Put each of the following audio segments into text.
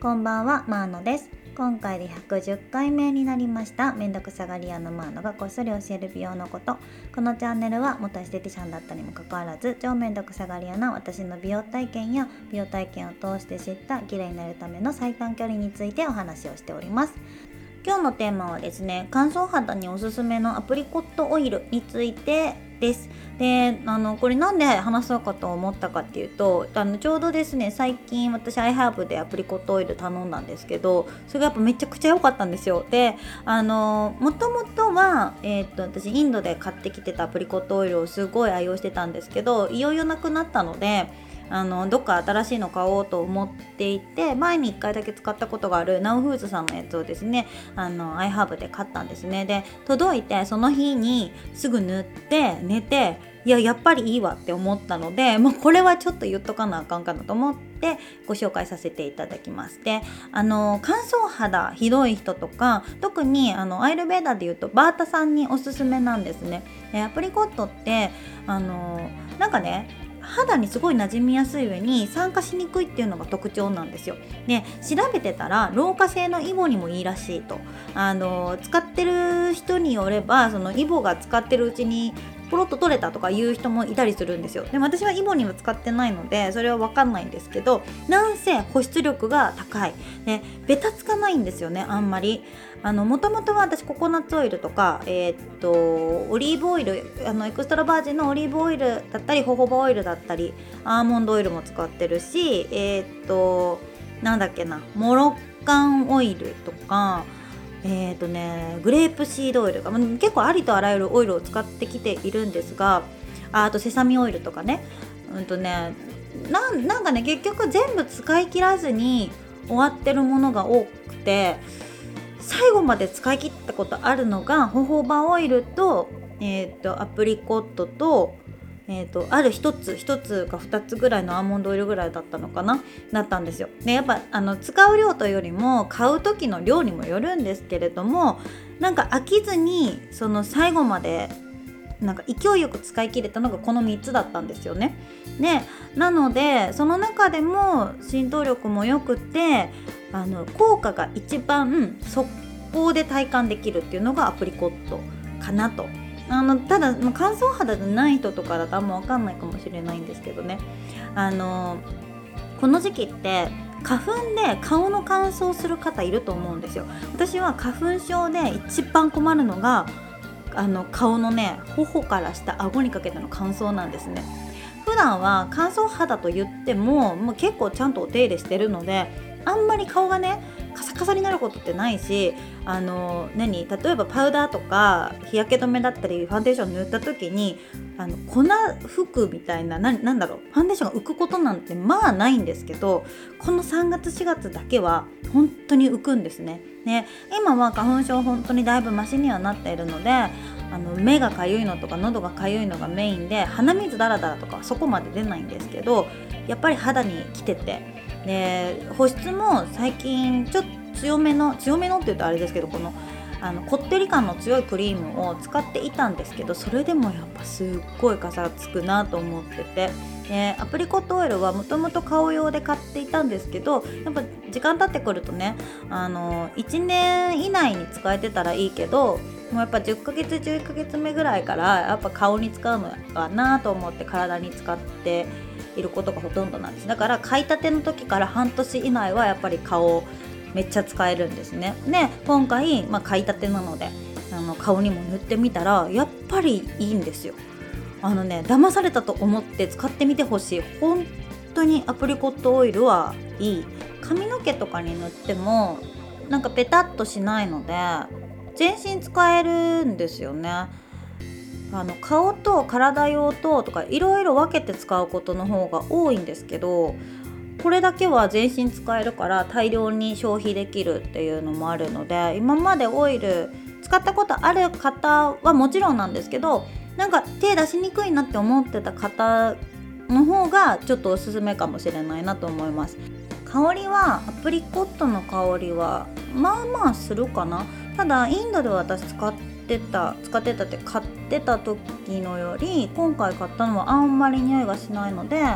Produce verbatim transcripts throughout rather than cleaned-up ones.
こんばんは、マーノです。今回でひゃくじゅっかいめになりましためんどくさがり屋のマーノがこっそり教える美容のこと。このチャンネルは元エステティシャンだったにもかかわらず超めんどくさがり屋な私の美容体験や美容体験を通して知った綺麗になるための最短距離についてお話をしております。今日のテーマはですね、乾燥肌におすすめのアプリコットオイルについてです。で、あのこれなんで話そうかと思ったかっていうと、あのちょうどですね、最近私アイハーブでアプリコットオイル頼んだんですけど、それがやっぱめちゃくちゃ良かったんですよ。で、あのもともとは、えー、っと私インドで買ってきてたアプリコットオイルをすごい愛用してたんですけど、いよいよなくなったので、あのどっか新しいの買おうと思っていて、前にいっかいだけ使ったことがあるナウフーズさんのやつをですね、あのアイハーブで買ったんですね。で、届いてその日にすぐ塗って寝て、いややっぱりいいわって思ったので、もうこれはちょっと言っとかなあかんかなと思ってご紹介させていただきます。で、あの乾燥肌ひどい人とか、特にあのアイルベーダでいうとバータさんにおすすめなんですね。で、アプリコットってあのなんかね、肌にすごい馴染みやすい上に酸化しにくいっていうのが特徴なんですよ。で、調べてたら老化性のイボにもいいらしいと、あの使ってる人によれば、そのイボが使ってるうちにポロッと取れたとかいう人もいたりするんですよ。でも私はイボには使ってないのでそれは分かんないんですけど、なんせ保湿力が高いで、ベタつかないんですよね、あんまり。あのもともとは私ココナッツオイルとか、えー、っとオリーブオイル、あのエクストラバージンのオリーブオイルだったり、ホホバオイルだったり、アーモンドオイルも使ってるし、えー、っとなんだっけな、モロッカンオイルとか、えーとね、グレープシードオイルが、まあ、結構ありとあらゆるオイルを使ってきているんですが、 あ, あとセサミオイルとかね、うんとねな, なんかね結局全部使い切らずに終わってるものが多くて、最後まで使い切ったことあるのがホホバオイルと、えーとアプリコットと、えーと、ある一つ一つか二つぐらいのアーモンドオイルぐらいだったのかな、だったんですよ。で、やっぱあの使う量というよりも買う時の量にもよるんですけれども、なんか飽きずにその最後までなんか勢いよく使い切れたのがこのみっつだったんですよね。で、なのでその中でも浸透力も良くて、あの効果が一番速攻で体感できるっていうのがアプリコットかなと。あのただ乾燥肌でない人とかだとあんま分かんないかもしれないんですけどね、あのこの時期って花粉で顔の乾燥する方いると思うんですよ。私は花粉症で一番困るのがあの顔のね、頬から下顎にかけての乾燥なんですね。普段は乾燥肌と言っても、もう結構ちゃんとお手入れしてるので、あんまり顔がねカサカサになることってないし、あの何例えばパウダーとか日焼け止めだったりファンデーション塗った時にあの粉吹くみたいな、な、なんだろうファンデーションが浮くことなんてまあないんですけど、このさんがつしがつだけは本当に浮くんですね。ね、今は花粉症本当にだいぶマシにはなっているので、あの目がかゆいのとか喉がかゆいのがメインで、鼻水ダラダラとかはそこまで出ないんですけど、やっぱり肌に来てて、で保湿も最近ちょっと強めの強めのって言うとあれですけど、このあのこってり感の強いクリームを使っていたんですけど、それでもやっぱすっごいかさつくなと思ってて、でアプリコットオイルはもともと顔用で買っていたんですけど、やっぱ時間経ってくるとね、あのいちねん以内に使えてたらいいけど、もうやっぱじゅっかげつじゅういっかげつめぐらいからやっぱ顔に使うのかなと思って体に使っていることがほとんどなんです。だから買いたての時から半年以内はやっぱり顔めっちゃ使えるんですね。で、今回、まあ、買いたてなのであの顔にも塗ってみたらやっぱりいいんですよ。あのね、騙されたと思って使ってみてほしい。本当にアプリコットオイルはいい。髪の毛とかに塗ってもなんかペタッとしないので全身使えるんですよね。あの顔と体用ととかいろいろ分けて使うことの方が多いんですけど、これだけは全身使えるから大量に消費できるっていうのもあるので、今までオイル使ったことある方はもちろんなんですけど、なんか手出しにくいなって思ってた方の方がちょっとおすすめかもしれないなと思います。香りはアプリコットの香りはまあまあするかな。ただインドで私使ってた使ってたって買ってた時のより今回買ったのはあんまり匂いがしないので、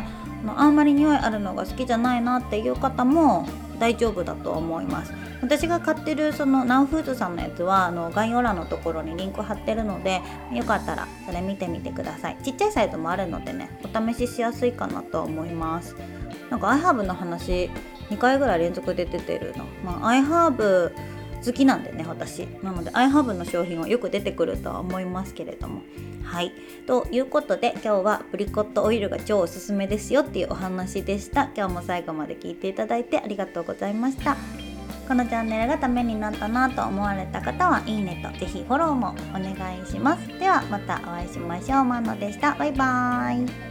のあんまり匂いあるのが好きじゃないなっていう方も大丈夫だと思います。私が買ってるそのナウフーズさんのやつはあの概要欄のところにリンク貼ってるので、よかったらそれ見てみてください。ちっちゃいサイズもあるのでね、お試ししやすいかなと思います。なんかアイハーブの話にかいぐらい連続で出てるの、まあ、アイハーブ好きなんでね私なので、アイハーブの商品はよく出てくるとは思いますけれども、はいということで、今日はプリコットオイルが超おすすめですよっていうお話でした。今日も最後まで聞いていただいてありがとうございました。このチャンネルがためになったなと思われた方はいいねとぜひフォローもお願いします。ではまたお会いしましょう。マノでした。バイバーイ。